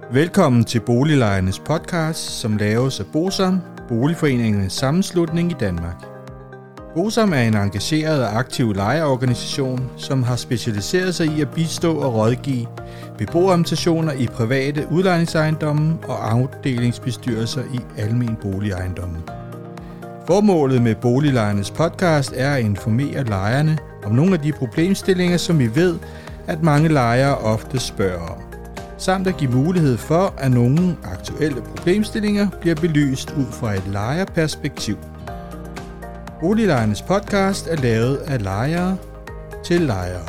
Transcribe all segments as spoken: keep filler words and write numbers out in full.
Velkommen til Boliglejernes podcast, som laves af BOSAM, Boligforeningernes Sammenslutning i Danmark. BOSAM er en engageret og aktiv lejerorganisation, som har specialiseret sig i at bistå og rådgive beboerorganisationer i private udlejningsejendomme og afdelingsbestyrelser i almen boligejendomme. Formålet med Boliglejernes podcast er at informere lejerne om nogle af de problemstillinger, som vi ved, at mange lejere ofte spørger om, samt at give mulighed for, at nogle aktuelle problemstillinger bliver belyst ud fra et lejerperspektiv. Boliglejernes podcast er lavet af lejere til lejere.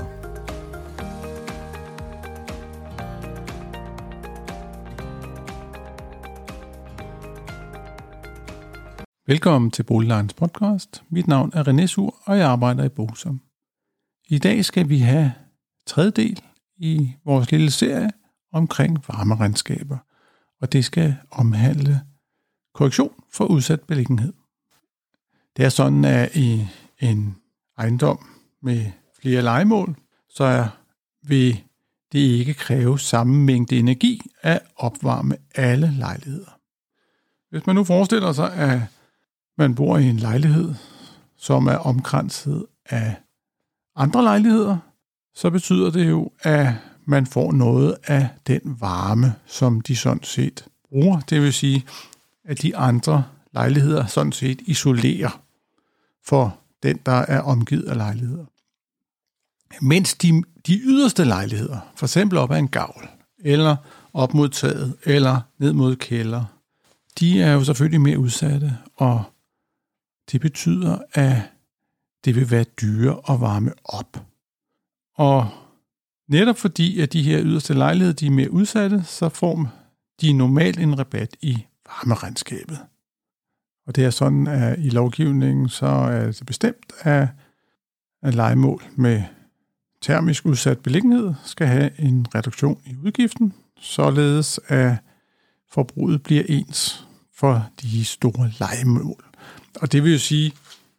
Velkommen til Boliglejernes podcast. Mit navn er René Sur, og jeg arbejder i BOSAM. I dag skal vi have tredje del i vores lille serie omkring varmeregnskaber, og det skal omhandle korrektion for udsat beliggenhed. Det er sådan, at i en ejendom med flere lejemål, så vil det ikke kræve samme mængde energi at opvarme alle lejligheder. Hvis man nu forestiller sig, at man bor i en lejlighed, som er omkranset af andre lejligheder, så betyder det jo, at man får noget af den varme, som de sådan set bruger. Det vil sige, at de andre lejligheder sådan set isolerer for den, der er omgivet af lejligheder. Mens de, de yderste lejligheder, for eksempel op ad en gavl, eller op mod taget, eller ned mod kælder, de er jo selvfølgelig mere udsatte, og det betyder, at det vil være dyrere at varme op. Og netop fordi, at de her yderste lejligheder de er mere udsatte, så får de normalt en rabat i varmeregnskabet. Og det er sådan, at i lovgivningen så er det bestemt, at, at lejemål med termisk udsat beliggenhed skal have en reduktion i udgiften, således at forbruget bliver ens for de store lejemål. Og det vil jo sige,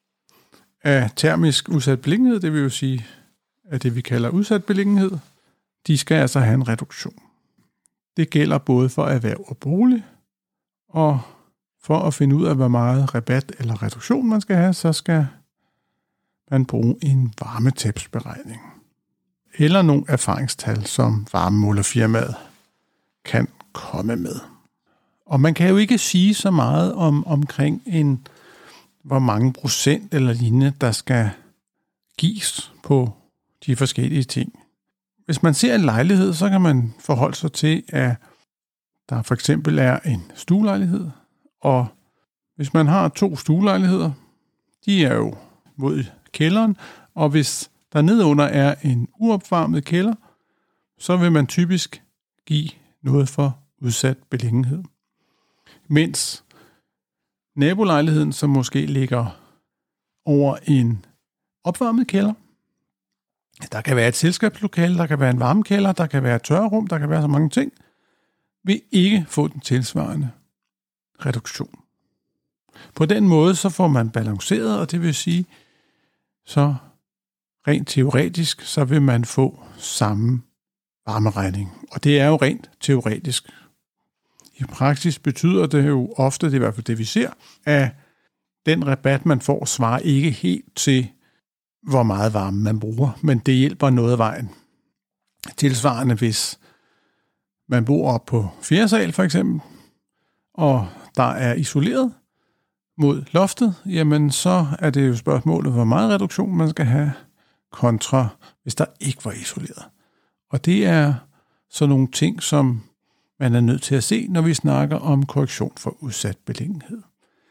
at termisk udsat beliggenhed, det vil jo sige, at det vi kalder udsat beliggenhed, de skal altså have en reduktion. Det gælder både for erhverv og bolig, og for at finde ud af, hvor meget rabat eller reduktion man skal have, så skal man bruge en varmetabsberegning. Eller nogle erfaringstal, som varmemålerfirmaet kan komme med. Og man kan jo ikke sige så meget om omkring en, hvor mange procent eller lignende, der skal gives på de forskellige ting. Hvis man ser en lejlighed, så kan man forholde sig til, at der for eksempel er en stuelejlighed, og hvis man har to stuelejligheder, de er jo mod kælderen, og hvis der nedunder er en uopvarmet kælder, så vil man typisk give noget for udsat beliggenhed. Mens nabolejligheden, som måske ligger over en opvarmet kælder, der kan være et selskabslokale, der kan være en varmekælder, der kan være et tørrerum, der kan være så mange ting, vil ikke få den tilsvarende reduktion. På den måde så får man balanceret, og det vil sige, så rent teoretisk, så vil man få samme varmeregning. Og det er jo rent teoretisk. I praksis betyder det jo ofte, det er i hvert fald det vi ser, at den rabat man får svarer ikke helt til hvor meget varme man bruger, men det hjælper noget af vejen. Tilsvarende, hvis man bor op på fjerde sal for eksempel, og der er isoleret mod loftet, jamen så er det jo spørgsmålet, hvor meget reduktion man skal have, kontra hvis der ikke var isoleret. Og det er sådan nogle ting, som man er nødt til at se, når vi snakker om korrektion for udsat beliggenhed.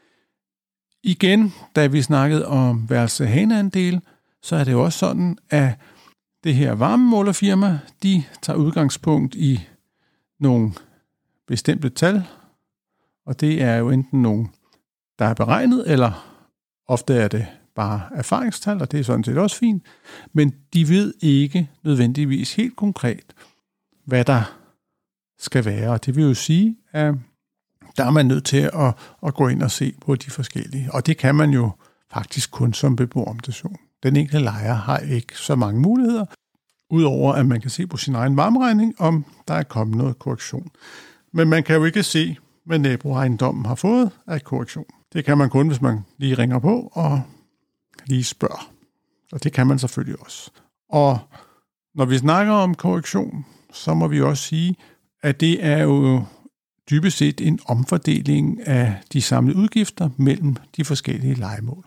Igen, da vi snakkede om værelse-haneandel, så er det jo også sådan, at det her varmemålerfirma, de tager udgangspunkt i nogle bestemte tal, og det er jo enten nogle, der er beregnet, eller ofte er det bare erfaringstal, og det er sådan set også fint, men de ved ikke nødvendigvis helt konkret, hvad der skal være, og det vil jo sige, at der er man nødt til at, at gå ind og se på de forskellige, og det kan man jo faktisk kun som beboerorganisation. Den enkelte lejer har ikke så mange muligheder, udover at man kan se på sin egen varmeregning, om der er kommet noget korrektion. Men man kan jo ikke se, hvad naboejendommen har fået af korrektion. Det kan man kun, hvis man lige ringer på og lige spørger. Og det kan man selvfølgelig også. Og når vi snakker om korrektion, så må vi også sige, at det er jo dybest set en omfordeling af de samlede udgifter mellem de forskellige lejemål.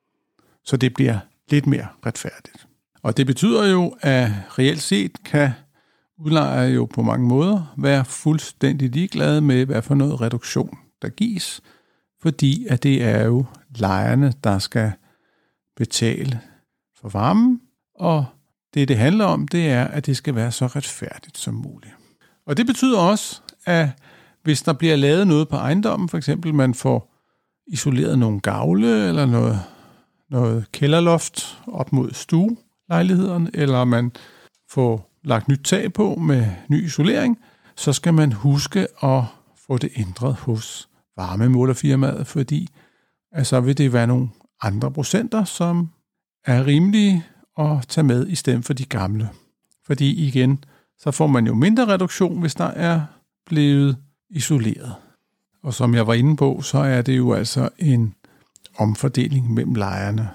Så det bliver lidt mere retfærdigt. Og det betyder jo, at reelt set kan udlejere jo på mange måder være fuldstændig ligeglade med, hvad for noget reduktion der gives, fordi at det er jo lejerne, der skal betale for varmen, og det, det handler om, det er, at det skal være så retfærdigt som muligt. Og det betyder også, at hvis der bliver lavet noget på ejendommen, for eksempel man får isoleret nogle gavle eller noget, noget kælderloft op mod stuelejligheden, eller man får lagt nyt tag på med ny isolering, så skal man huske at få det ændret hos varmemålerfirmaet, fordi altså vil det være nogle andre procenter, som er rimelige at tage med i stedet for de gamle. Fordi igen, så får man jo mindre reduktion, hvis der er blevet isoleret. Og som jeg var inde på, så er det jo altså en omfordeling mellem lejerne.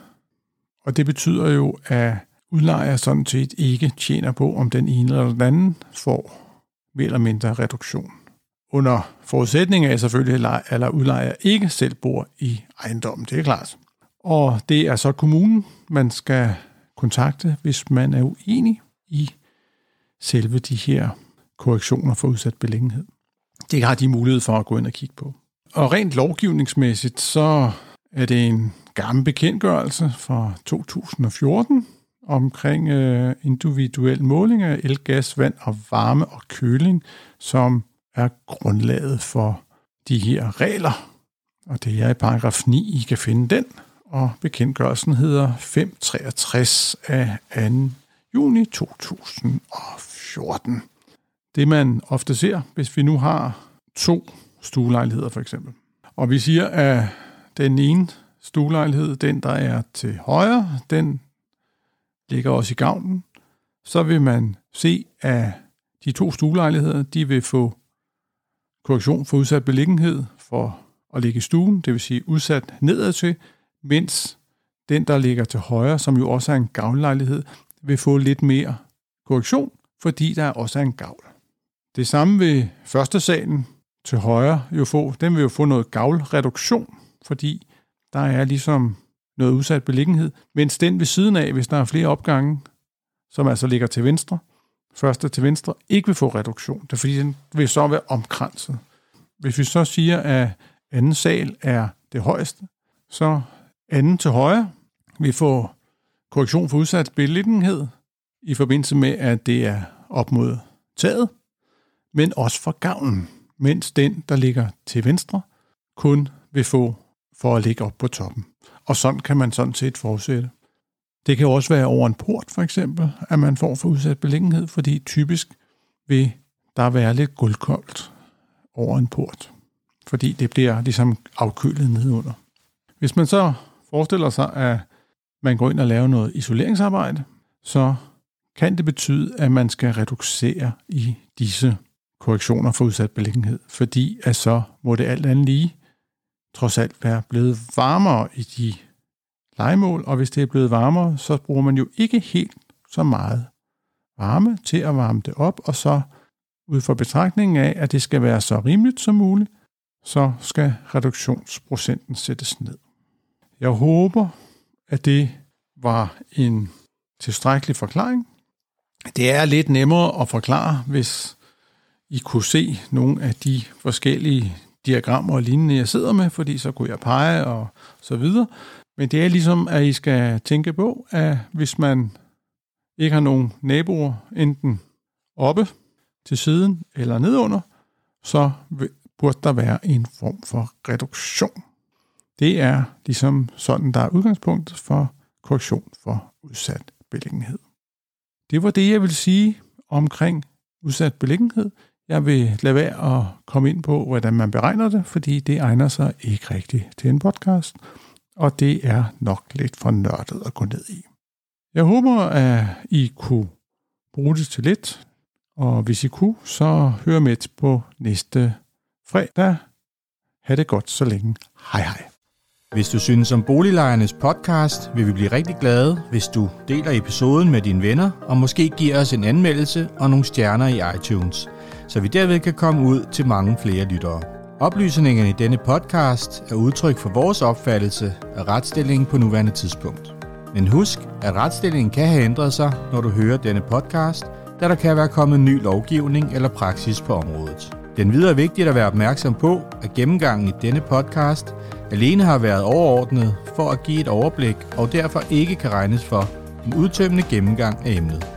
Og det betyder jo, at udlejer sådan set ikke tjener på, om den ene eller den anden får mere eller mindre reduktion. Under forudsætning af selvfølgelig, at udlejer ikke selv bor i ejendommen, det er klart. Og det er så kommunen, man skal kontakte, hvis man er uenig i selve de her korrektioner for udsat beliggenhed. Det har de mulighed for at gå ind og kigge på. Og rent lovgivningsmæssigt, så er det en gammel bekendtgørelse fra to tusind og fjorten omkring øh, individuel måling af el, gas, vand og varme og køling, som er grundlaget for de her regler. Og det er i paragraf ni, I kan finde den. Og bekendtgørelsen hedder fem treogtres af anden juni to tusind og fjorten. Det man ofte ser, hvis vi nu har to stuelejligheder for eksempel, og vi siger, at den ene stuelejlighed, den der er til højre, den ligger også i gavlen, så vil man se, at de to stuelejligheder, de vil få korrektion for udsat beliggenhed for at ligge i stuen, det vil sige udsat nedad til, mens den, der ligger til højre, som jo også er en gavllejlighed, vil få lidt mere korrektion, fordi der også er en gavl. Det samme vil første salen til højre jo få, den vil jo få noget gavlreduktion, fordi der er ligesom noget udsat beliggenhed, mens den ved siden af, hvis der er flere opgange, som altså ligger til venstre, første til venstre, ikke vil få reduktion. Det er fordi, den vil så være omkranset. Hvis vi så siger, at anden sal er det højeste, så anden til højre vil få korrektion for udsat beliggenhed i forbindelse med, at det er op mod taget, men også for gavlen, mens den, der ligger til venstre, kun vil få for at ligge op på toppen. Og sådan kan man sådan set fortsætte. Det kan også være over en port, for eksempel, at man får for udsat beliggenhed, fordi typisk vil der være lidt gulvkoldt over en port, fordi det bliver ligesom afkølet nedenunder. Hvis man så forestiller sig, at man går ind og laver noget isoleringsarbejde, så kan det betyde, at man skal reducere i disse korrektioner for udsat beliggenhed, fordi at så må det alt andet lige trods alt være blevet varmere i de lejemål, og hvis det er blevet varmere, så bruger man jo ikke helt så meget varme til at varme det op, og så ud fra betragtningen af, at det skal være så rimeligt som muligt, så skal reduktionsprocenten sættes ned. Jeg håber, at det var en tilstrækkelig forklaring. Det er lidt nemmere at forklare, hvis I kunne se nogle af de forskellige diagrammer og lignende, jeg sidder med, fordi så kunne jeg pege og så videre. Men det er ligesom, at I skal tænke på, at hvis man ikke har nogen naboer, enten oppe til siden eller nedunder, så burde der være en form for reduktion. Det er ligesom sådan, der er udgangspunkt for korrektion for udsat beliggenhed. Det var det, jeg vil sige omkring udsat beliggenhed. Jeg vil lade være at komme ind på, hvordan man beregner det, fordi det egner sig ikke rigtigt til en podcast, og det er nok lidt for nørdet at gå ned i. Jeg håber, at I kunne bruge det til lidt, og hvis I kunne, så hør med på næste fredag. Ha' det godt så længe. Hej hej. Hvis du synes om Boliglejernes podcast, vil vi blive rigtig glade, hvis du deler episoden med dine venner, og måske giver os en anmeldelse og nogle stjerner i iTunes, så vi derved kan komme ud til mange flere lyttere. Oplysningerne i denne podcast er udtryk for vores opfattelse af retsstillingen på nuværende tidspunkt. Men husk, at retsstillingen kan have ændret sig, når du hører denne podcast, da der kan være kommet ny lovgivning eller praksis på området. Den videre er vigtigt at være opmærksom på, at gennemgangen i denne podcast alene har været overordnet for at give et overblik og derfor ikke kan regnes for en udtømmende gennemgang af emnet.